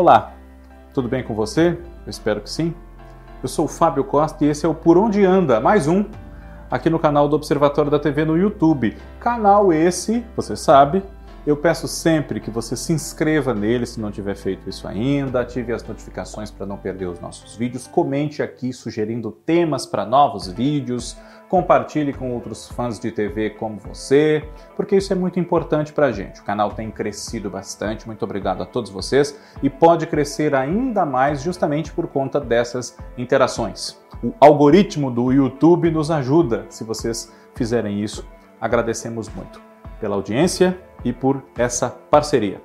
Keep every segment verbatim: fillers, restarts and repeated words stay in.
Olá, tudo bem com você? Eu espero que sim. Eu sou o Fábio Costa e esse é o Por Onde Anda, mais um, aqui no canal do Observatório da T V no YouTube. Canal esse, você sabe, eu peço sempre que você se inscreva nele se não tiver feito isso ainda, ative as notificações para não perder os nossos vídeos, comente aqui sugerindo temas para novos vídeos, compartilhe com outros fãs de T V como você, porque isso é muito importante para a gente. O canal tem crescido bastante, muito obrigado a todos vocês, e pode crescer ainda mais justamente por conta dessas interações. O algoritmo do YouTube nos ajuda, se vocês fizerem isso. Agradecemos muito pela audiência e por essa parceria.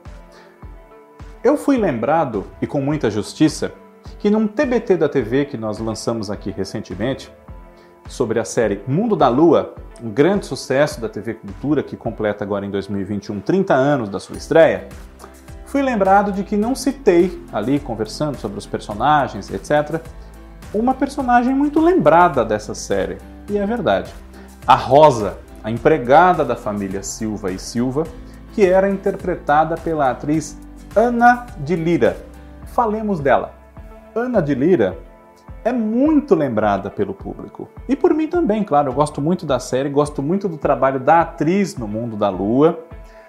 Eu fui lembrado, e com muita justiça, que num T B T da T V que nós lançamos aqui recentemente, sobre a série Mundo da Lua, um grande sucesso da T V Cultura, que completa agora em dois mil e vinte e um trinta anos da sua estreia, fui lembrado de que não citei, ali conversando sobre os personagens, etcétera, uma personagem muito lembrada dessa série, e é verdade. A Rosa, a empregada da família Silva e Silva, que era interpretada pela atriz Ana de Lira. Falemos dela. Ana de Lira é muito lembrada pelo público. E por mim também, claro. Eu gosto muito da série, gosto muito do trabalho da atriz no Mundo da Lua,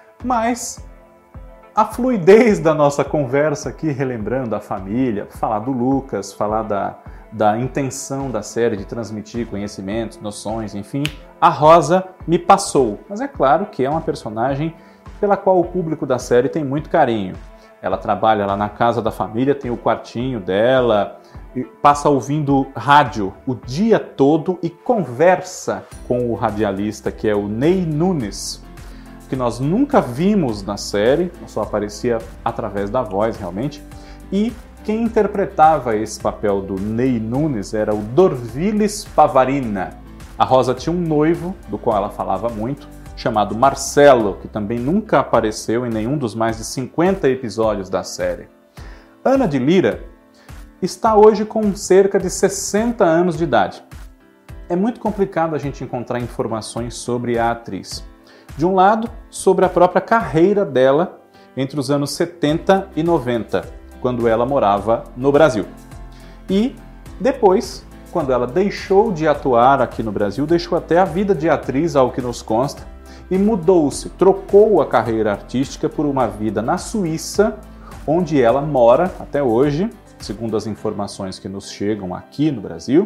mas a fluidez da nossa conversa aqui, relembrando a família, falar do Lucas, falar da, da intenção da série de transmitir conhecimentos, noções, enfim, a Rosa me passou. Mas é claro que é uma personagem pela qual o público da série tem muito carinho. Ela trabalha lá na casa da família, tem o quartinho dela, passa ouvindo rádio o dia todo e conversa com o radialista, que é o Ney Nunes, que nós nunca vimos na série, só aparecia através da voz realmente, e quem interpretava esse papel do Ney Nunes era o Dorvilis Pavarina. A Rosa tinha um noivo, do qual ela falava muito, chamado Marcelo, que também nunca apareceu em nenhum dos mais de cinquenta episódios da série. Ana de Lira está hoje com cerca de sessenta anos de idade. É muito complicado a gente encontrar informações sobre a atriz. De um lado, sobre a própria carreira dela entre os anos setenta e noventa, quando ela morava no Brasil. E depois, quando ela deixou de atuar aqui no Brasil, deixou até a vida de atriz, ao que nos consta, e mudou-se, trocou a carreira artística por uma vida na Suíça, onde ela mora até hoje, segundo as informações que nos chegam aqui no Brasil,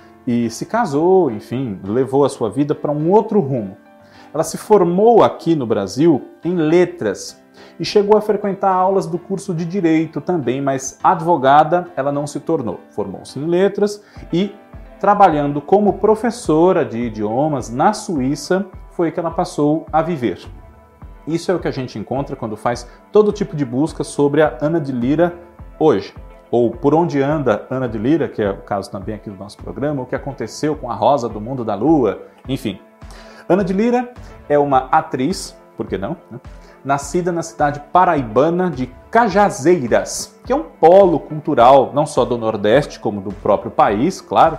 e se casou, enfim, levou a sua vida para um outro rumo. Ela se formou aqui no Brasil em letras e chegou a frequentar aulas do curso de Direito também, mas advogada ela não se tornou. Formou-se em letras e, trabalhando como professora de idiomas na Suíça, foi que ela passou a viver. Isso é o que a gente encontra quando faz todo tipo de busca sobre a Ana de Lira hoje. Ou Por Onde Anda Ana de Lira, que é o caso também aqui do nosso programa, o que aconteceu com a Rosa do Mundo da Lua, enfim. Ana de Lira é uma atriz, por que não, né? Nascida na cidade paraibana de Cajazeiras, que é um polo cultural não só do Nordeste, como do próprio país, claro.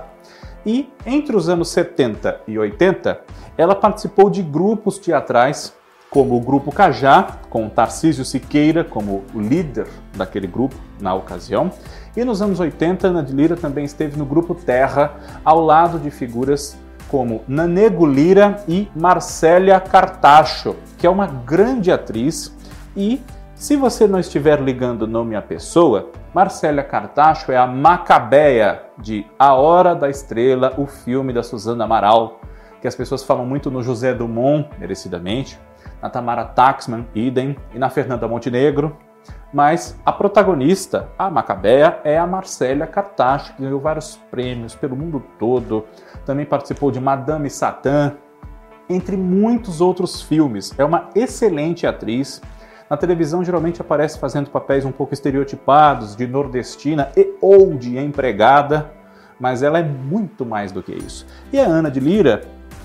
E entre os anos setenta e oitenta, ela participou de grupos teatrais, como o Grupo Cajá, com Tarcísio Siqueira como o líder daquele grupo na ocasião. E nos anos oitenta, Ana de Lira também esteve no Grupo Terra, ao lado de figuras como Nanego Lira e Marcélia Cartacho, que é uma grande atriz. E, se você não estiver ligando o nome à pessoa, Marcélia Cartacho é a Macabeia de A Hora da Estrela, o filme da Susana Amaral, que as pessoas falam muito no José Dumont, merecidamente, na Tamara Taxman, idem, e na Fernanda Montenegro, mas a protagonista, a Macabeia, é a Marcélia Cartacho, que ganhou vários prêmios pelo mundo todo, também participou de Madame Satã, entre muitos outros filmes. É uma excelente atriz. Na televisão geralmente aparece fazendo papéis um pouco estereotipados, de nordestina e ou de empregada, mas ela é muito mais do que isso. E a Ana de Lira,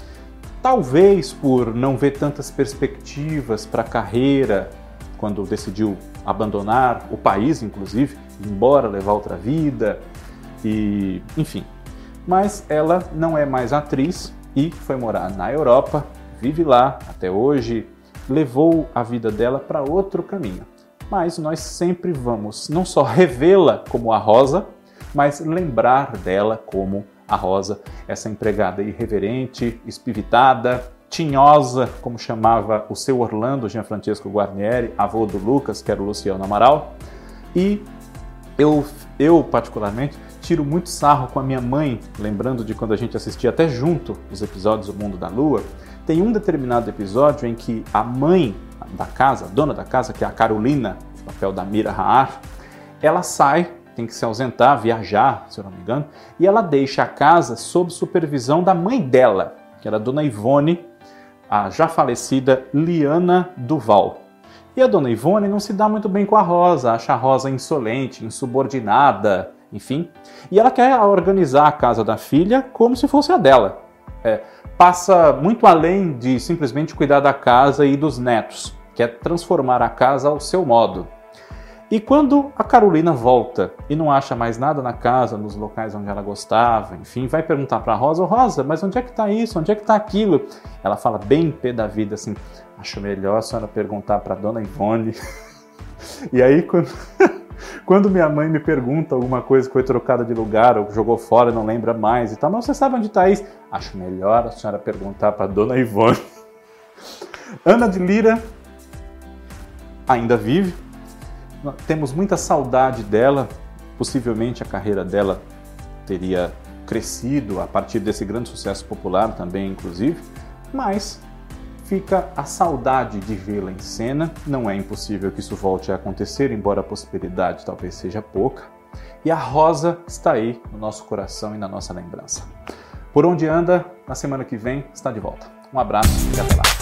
talvez por não ver tantas perspectivas para a carreira, quando decidiu abandonar o país, inclusive, ir embora, levar outra vida, e enfim. Mas ela não é mais atriz e foi morar na Europa, vive lá até hoje, levou a vida dela para outro caminho. mas nós sempre vamos não só revê-la como a Rosa, mas lembrar dela como a Rosa, essa empregada irreverente, espivitada, tinhosa, como chamava o seu Orlando Gianfrancesco Guarnieri, avô do Lucas, que era o Luciano Amaral. E eu, eu particularmente, tiro muito sarro com a minha mãe, lembrando de quando a gente assistia até junto os episódios do Mundo da Lua. Tem um determinado episódio em que a mãe da casa, a dona da casa, que é a Carolina, papel da Mira Haar, ela sai, tem que se ausentar, viajar, se eu não me engano, e ela deixa a casa sob supervisão da mãe dela, que era a dona Ivone, a já falecida Liana Duval. E a dona Ivone não se dá muito bem com a Rosa, acha a Rosa insolente, insubordinada, enfim. E ela quer organizar a casa da filha como se fosse a dela. É, passa muito além de simplesmente cuidar da casa e dos netos, quer transformar a casa ao seu modo. E quando a Carolina volta e não acha mais nada na casa, nos locais onde ela gostava, enfim, vai perguntar para a Rosa, oh, Rosa, mas onde é que está isso? Onde é que está aquilo? Ela fala bem pé da vida, assim, acho melhor a senhora perguntar para a dona Ivone. E aí, quando, quando minha mãe me pergunta alguma coisa que foi trocada de lugar ou jogou fora, não lembra mais e tal, mas você sabe onde está isso? Acho melhor a senhora perguntar para a dona Ivone. Ana de Lira ainda vive. Temos muita saudade dela, possivelmente a carreira dela teria crescido a partir desse grande sucesso popular também, inclusive, mas fica a saudade de vê-la em cena. Não é impossível que isso volte a acontecer, embora a possibilidade talvez seja pouca. E a Rosa está aí no nosso coração e na nossa lembrança. Por onde anda, na semana que vem, está de volta. Um abraço e até lá.